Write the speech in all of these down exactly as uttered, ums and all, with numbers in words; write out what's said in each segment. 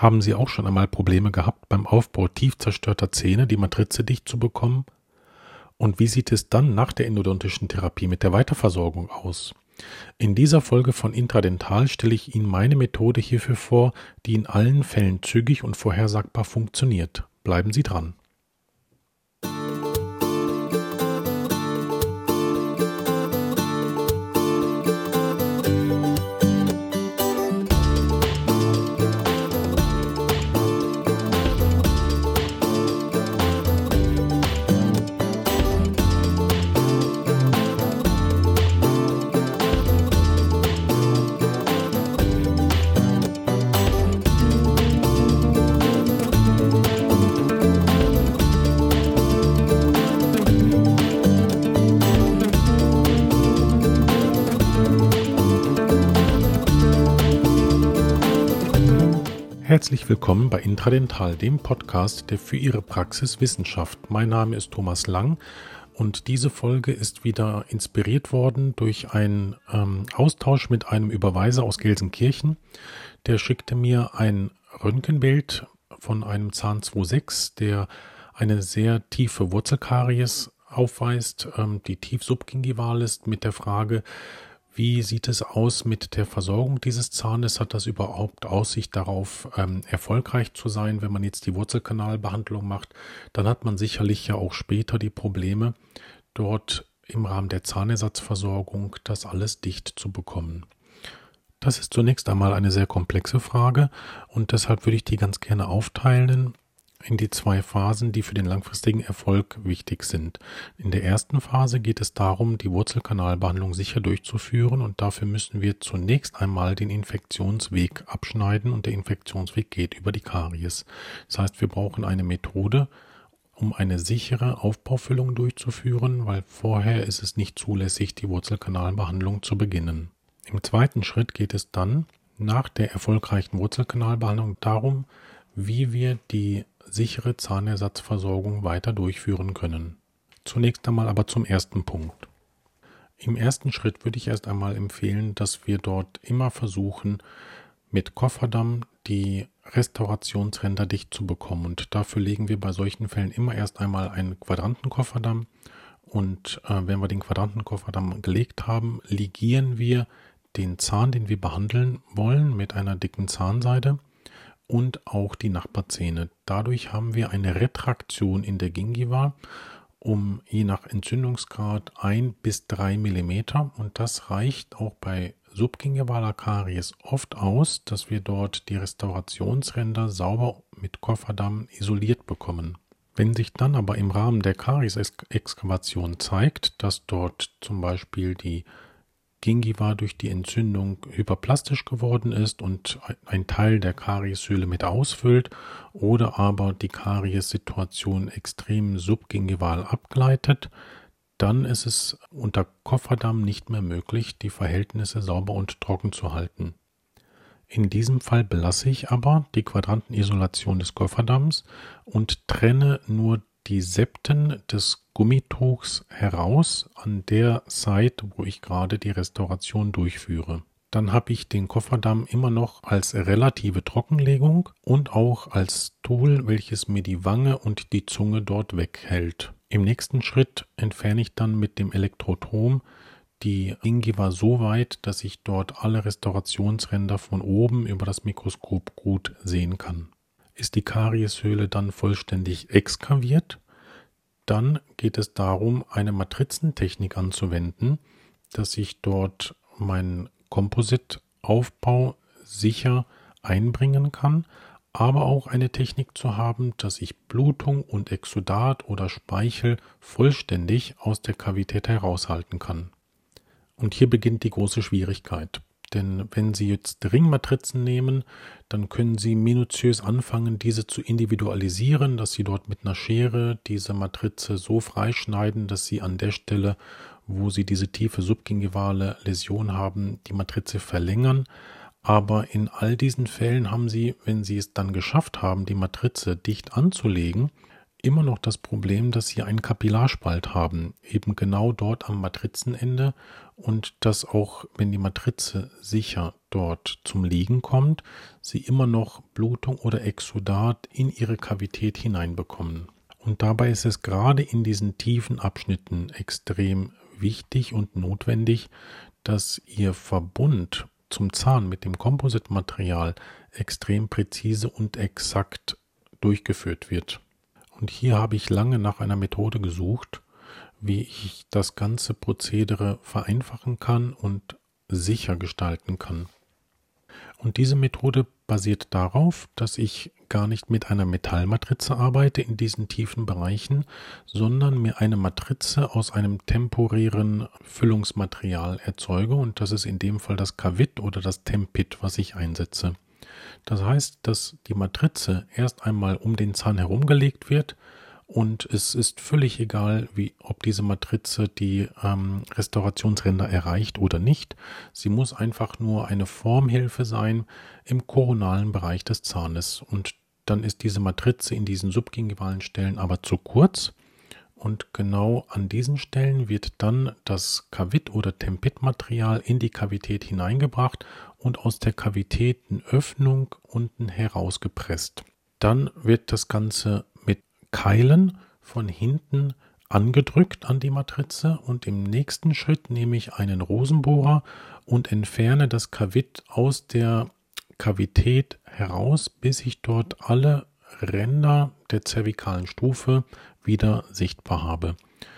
Haben Sie auch schon einmal Probleme gehabt, beim Aufbau tief zerstörter Zähne die Matrize dicht zu bekommen? Und wie sieht es dann nach der endodontischen Therapie mit der Weiterversorgung aus? In dieser Folge von Intradental stelle ich Ihnen meine Methode hierfür vor, die in allen Fällen zügig und vorhersagbar funktioniert. Bleiben Sie dran. Herzlich willkommen bei Intradental, dem Podcast, der für Ihre Praxis Wissenschaft. Mein Name ist Thomas Lang und diese Folge ist wieder inspiriert worden durch einen ähm, Austausch mit einem Überweiser aus Gelsenkirchen. Der schickte mir ein Röntgenbild von einem Zahn zwei Komma sechs, der eine sehr tiefe Wurzelkaries aufweist, ähm, die tief subgingival ist, mit der Frage: Wie sieht es aus mit der Versorgung dieses Zahnes? Hat das überhaupt Aussicht darauf, ähm, erfolgreich zu sein, wenn man jetzt die Wurzelkanalbehandlung macht? Dann hat man sicherlich ja auch später die Probleme, dort im Rahmen der Zahnersatzversorgung das alles dicht zu bekommen. Das ist zunächst einmal eine sehr komplexe Frage und deshalb würde ich die ganz gerne aufteilen in die zwei Phasen, die für den langfristigen Erfolg wichtig sind. In der ersten Phase geht es darum, die Wurzelkanalbehandlung sicher durchzuführen, und dafür müssen wir zunächst einmal den Infektionsweg abschneiden, und der Infektionsweg geht über die Karies. Das heißt, wir brauchen eine Methode, um eine sichere Aufbaufüllung durchzuführen, weil vorher ist es nicht zulässig, die Wurzelkanalbehandlung zu beginnen. Im zweiten Schritt geht es dann nach der erfolgreichen Wurzelkanalbehandlung darum, wie wir die sichere Zahnersatzversorgung weiter durchführen können. Zunächst einmal aber zum ersten Punkt. Im ersten Schritt würde ich erst einmal empfehlen, dass wir dort immer versuchen, mit Kofferdamm die Restaurationsränder dicht zu bekommen. Und dafür legen wir bei solchen Fällen immer erst einmal einen Quadrantenkofferdamm. Und äh, wenn wir den Quadrantenkofferdamm gelegt haben, ligieren wir den Zahn, den wir behandeln wollen, mit einer dicken Zahnseide und auch die Nachbarzähne. Dadurch haben wir eine Retraktion in der Gingiva um je nach Entzündungsgrad ein bis drei Millimeter, und das reicht auch bei subgingivaler Karies oft aus, dass wir dort die Restaurationsränder sauber mit Kofferdamm isoliert bekommen. Wenn sich dann aber im Rahmen der Karies-Exkavation zeigt, dass dort zum Beispiel die Gingiva durch die Entzündung hyperplastisch geworden ist und ein Teil der Karieshöhle mit ausfüllt, oder aber die Karies-Situation extrem subgingival abgleitet, dann ist es unter Kofferdamm nicht mehr möglich, die Verhältnisse sauber und trocken zu halten. In diesem Fall belasse ich aber die Quadrantenisolation des Kofferdamms und trenne nur die Septen des Gummituchs heraus an der Seite, wo ich gerade die Restauration durchführe. Dann habe ich den Kofferdamm immer noch als relative Trockenlegung und auch als Tool, welches mir die Wange und die Zunge dort weghält. Im nächsten Schritt entferne ich dann mit dem Elektrotom die Gingiva so weit, dass ich dort alle Restaurationsränder von oben über das Mikroskop gut sehen kann. Ist die Karieshöhle dann vollständig exkaviert, dann geht es darum, eine Matrizentechnik anzuwenden, dass ich dort meinen Kompositaufbau sicher einbringen kann, aber auch eine Technik zu haben, dass ich Blutung und Exudat oder Speichel vollständig aus der Kavität heraushalten kann. Und hier beginnt die große Schwierigkeit. Denn wenn Sie jetzt Ringmatrizen nehmen, dann können Sie minutiös anfangen, diese zu individualisieren, dass Sie dort mit einer Schere diese Matrize so freischneiden, dass Sie an der Stelle, wo Sie diese tiefe subgingivale Läsion haben, die Matrize verlängern. Aber in all diesen Fällen haben Sie, wenn Sie es dann geschafft haben, die Matrize dicht anzulegen, immer noch das Problem, dass sie einen Kapillarspalt haben, eben genau dort am Matrizenende, und dass auch, wenn die Matrize sicher dort zum Liegen kommt, sie immer noch Blutung oder Exudat in ihre Kavität hineinbekommen. Und dabei ist es gerade in diesen tiefen Abschnitten extrem wichtig und notwendig, dass ihr Verbund zum Zahn mit dem Kompositmaterial extrem präzise und exakt durchgeführt wird. Und hier habe ich lange nach einer Methode gesucht, wie ich das ganze Prozedere vereinfachen kann und sicher gestalten kann. Und diese Methode basiert darauf, dass ich gar nicht mit einer Metallmatrize arbeite in diesen tiefen Bereichen, sondern mir eine Matrize aus einem temporären Füllungsmaterial erzeuge, und das ist in dem Fall das Cavit oder das Tempit, was ich einsetze. Das heißt, dass die Matrize erst einmal um den Zahn herumgelegt wird, und es ist völlig egal, wie, ob diese Matrize die ähm, Restaurationsränder erreicht oder nicht. Sie muss einfach nur eine Formhilfe sein im koronalen Bereich des Zahnes. Und dann ist diese Matrize in diesen subgingivalen Stellen aber zu kurz. Und genau an diesen Stellen wird dann das Cavit- oder Tempit-Material in die Kavität hineingebracht und aus der Kavitätenöffnung unten herausgepresst. Dann wird das Ganze mit Keilen von hinten angedrückt an die Matrize, und im nächsten Schritt nehme ich einen Rosenbohrer und entferne das Cavit aus der Kavität heraus, bis ich dort alle Ränder der zervikalen Stufe wieder sichtbar habe.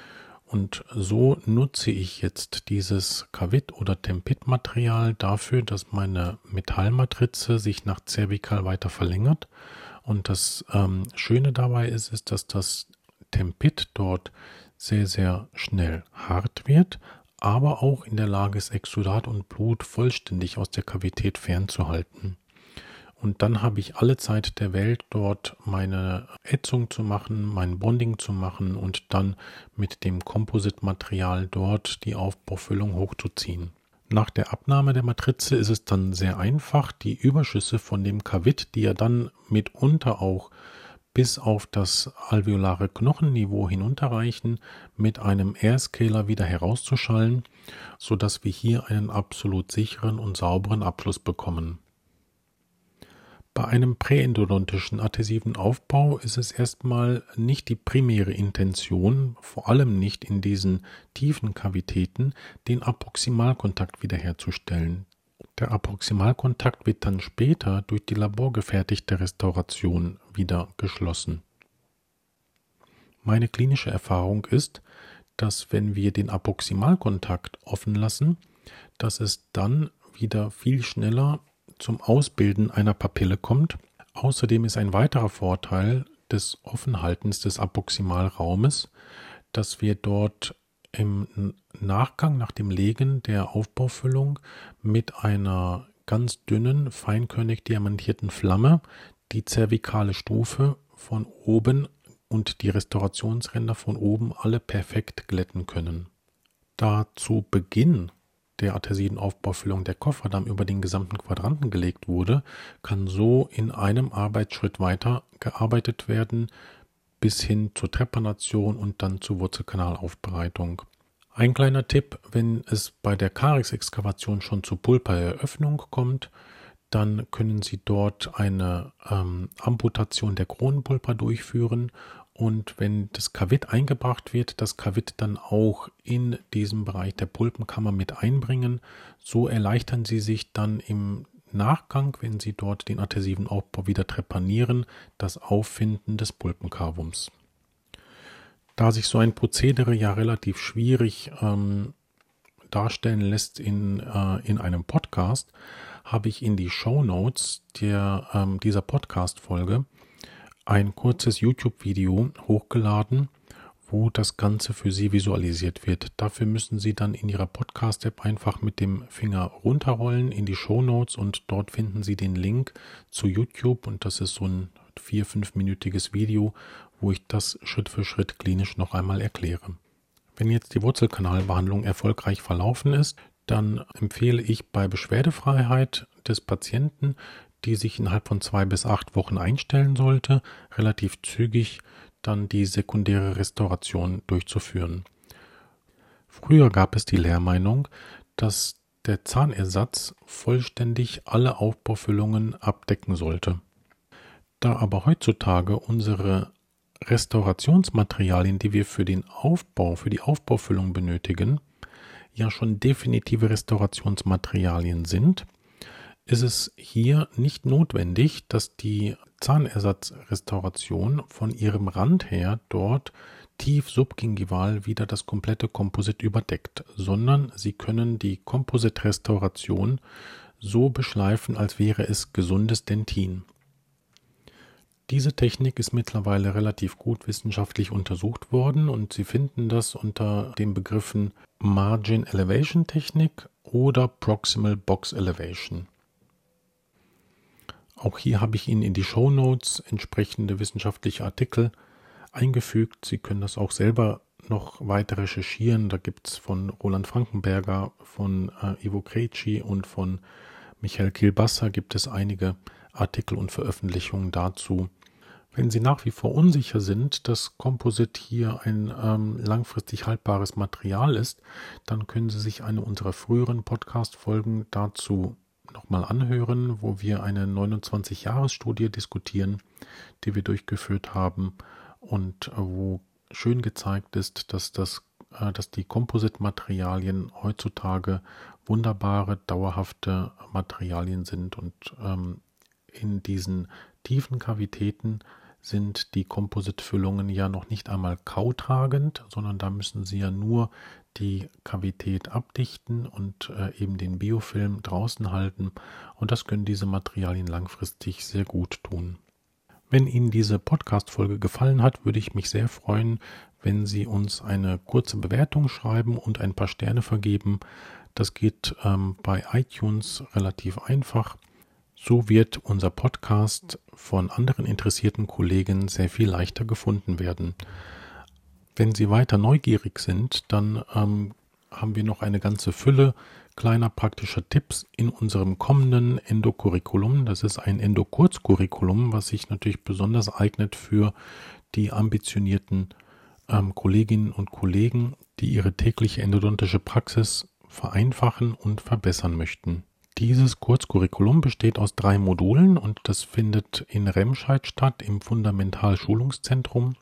Und so nutze ich jetzt dieses Cavit- oder Tempit-Material dafür, dass meine Metallmatrize sich nach zervikal weiter verlängert. Und das ähm, Schöne dabei ist, ist, dass das Tempit dort sehr, sehr schnell hart wird, aber auch in der Lage ist, Exudat und Blut vollständig aus der Kavität fernzuhalten. Und dann habe ich alle Zeit der Welt, dort meine Ätzung zu machen, mein Bonding zu machen und dann mit dem Kompositmaterial dort die Aufbaufüllung hochzuziehen. Nach der Abnahme der Matrize ist es dann sehr einfach, die Überschüsse von dem Cavit, die ja dann mitunter auch bis auf das alveolare Knochenniveau hinunterreichen, mit einem Airscaler wieder herauszuschallen, sodass wir hier einen absolut sicheren und sauberen Abschluss bekommen. Bei einem präendodontischen adhesiven Aufbau ist es erstmal nicht die primäre Intention, vor allem nicht in diesen tiefen Kavitäten, den Approximalkontakt wiederherzustellen. Der Approximalkontakt wird dann später durch die laborgefertigte Restauration wieder geschlossen. Meine klinische Erfahrung ist, dass wenn wir den Approximalkontakt offen lassen, dass es dann wieder viel schneller zum Ausbilden einer Papille kommt. Außerdem ist ein weiterer Vorteil des Offenhaltens des Approximalraumes, dass wir dort im Nachgang nach dem Legen der Aufbaufüllung mit einer ganz dünnen, feinkörnig diamantierten Flamme die zervikale Stufe von oben und die Restaurationsränder von oben alle perfekt glätten können. Da zu Beginn der adhesiven Aufbaufüllung der Kofferdamm über den gesamten Quadranten gelegt wurde, kann so in einem Arbeitsschritt weiter gearbeitet werden, bis hin zur Trepanation und dann zur Wurzelkanalaufbereitung. Ein kleiner Tipp: Wenn es bei der Karies-Exkavation schon zur Pulpa-Eröffnung kommt, dann können Sie dort eine ähm, Amputation der Kronenpulpa durchführen, und wenn das Cavit eingebracht wird, das Cavit dann auch in diesem Bereich der Pulpenkammer mit einbringen. So erleichtern Sie sich dann im Nachgang, wenn Sie dort den adhesiven Aufbau wieder trepanieren, das Auffinden des Pulpenkavums. Da sich so ein Prozedere ja relativ schwierig ähm, darstellen lässt in, äh, in einem Podcast, habe ich in die Shownotes der, ähm, dieser Podcast-Folge ein kurzes YouTube-Video hochgeladen, wo das Ganze für Sie visualisiert wird. Dafür müssen Sie dann in Ihrer Podcast-App einfach mit dem Finger runterrollen in die Shownotes, und dort finden Sie den Link zu YouTube, und das ist so ein vier-, fünfminütiges Video, wo ich das Schritt für Schritt klinisch noch einmal erkläre. Wenn jetzt die Wurzelkanalbehandlung erfolgreich verlaufen ist, dann empfehle ich bei Beschwerdefreiheit des Patienten, die sich innerhalb von zwei bis acht Wochen einstellen sollte, relativ zügig dann die sekundäre Restauration durchzuführen. Früher gab es die Lehrmeinung, dass der Zahnersatz vollständig alle Aufbaufüllungen abdecken sollte. Da aber heutzutage unsere Restaurationsmaterialien, die wir für den Aufbau, für die Aufbaufüllung benötigen, ja schon definitive Restaurationsmaterialien sind, ist es hier nicht notwendig, dass die Zahnersatzrestauration von ihrem Rand her dort tief subgingival wieder das komplette Komposit überdeckt, sondern Sie können die Kompositrestauration so beschleifen, als wäre es gesundes Dentin. Diese Technik ist mittlerweile relativ gut wissenschaftlich untersucht worden und Sie finden das unter den Begriffen Margin Elevation Technik oder Proximal Box Elevation. Auch hier habe ich Ihnen in die Shownotes entsprechende wissenschaftliche Artikel eingefügt. Sie können das auch selber noch weiter recherchieren. Da gibt es von Roland Frankenberger, von äh, Ivo Krejci und von Michael Kielbassa gibt es einige Artikel und Veröffentlichungen dazu. Wenn Sie nach wie vor unsicher sind, dass Komposit hier ein ähm, langfristig haltbares Material ist, dann können Sie sich eine unserer früheren Podcast-Folgen dazu nochmal anhören, wo wir eine neunundzwanzig-Jahres-Studie diskutieren, die wir durchgeführt haben und wo schön gezeigt ist, dass, das, äh, dass die Kompositmaterialien heutzutage wunderbare, dauerhafte Materialien sind und ähm, in diesen tiefen Kavitäten sind die Kompositfüllungen ja noch nicht einmal kautragend, sondern da müssen Sie ja nur die Kavität abdichten und äh, eben den Biofilm draußen halten und das können diese Materialien langfristig sehr gut tun. Wenn Ihnen diese Podcast-Folge gefallen hat, würde ich mich sehr freuen, wenn Sie uns eine kurze Bewertung schreiben und ein paar Sterne vergeben. Das geht ähm, bei iTunes relativ einfach. So wird unser Podcast von anderen interessierten Kollegen sehr viel leichter gefunden werden. Wenn Sie weiter neugierig sind, dann ähm, haben wir noch eine ganze Fülle kleiner praktischer Tipps in unserem kommenden Endo-Curriculum. Das ist ein Endo-Kurz-Curriculum, was sich natürlich besonders eignet für die ambitionierten ähm, Kolleginnen und Kollegen, die ihre tägliche endodontische Praxis vereinfachen und verbessern möchten. Dieses Kurzcurriculum besteht aus drei Modulen und das findet in Remscheid statt, im Fundamental-Schulungszentrum.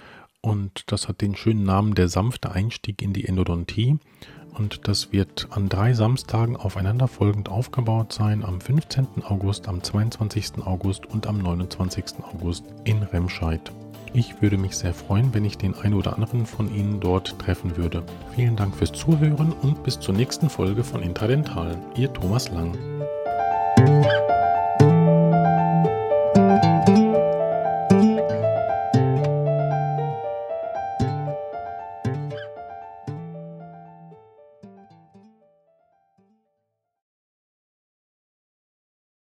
Und das hat den schönen Namen der sanfte Einstieg in die Endodontie. Und das wird an drei Samstagen aufeinanderfolgend aufgebaut sein, am fünfzehnten August, am zweiundzwanzigsten August und am neunundzwanzigsten August in Remscheid. Ich würde mich sehr freuen, wenn ich den einen oder anderen von Ihnen dort treffen würde. Vielen Dank fürs Zuhören und bis zur nächsten Folge von Intradental. Ihr Thomas Lang.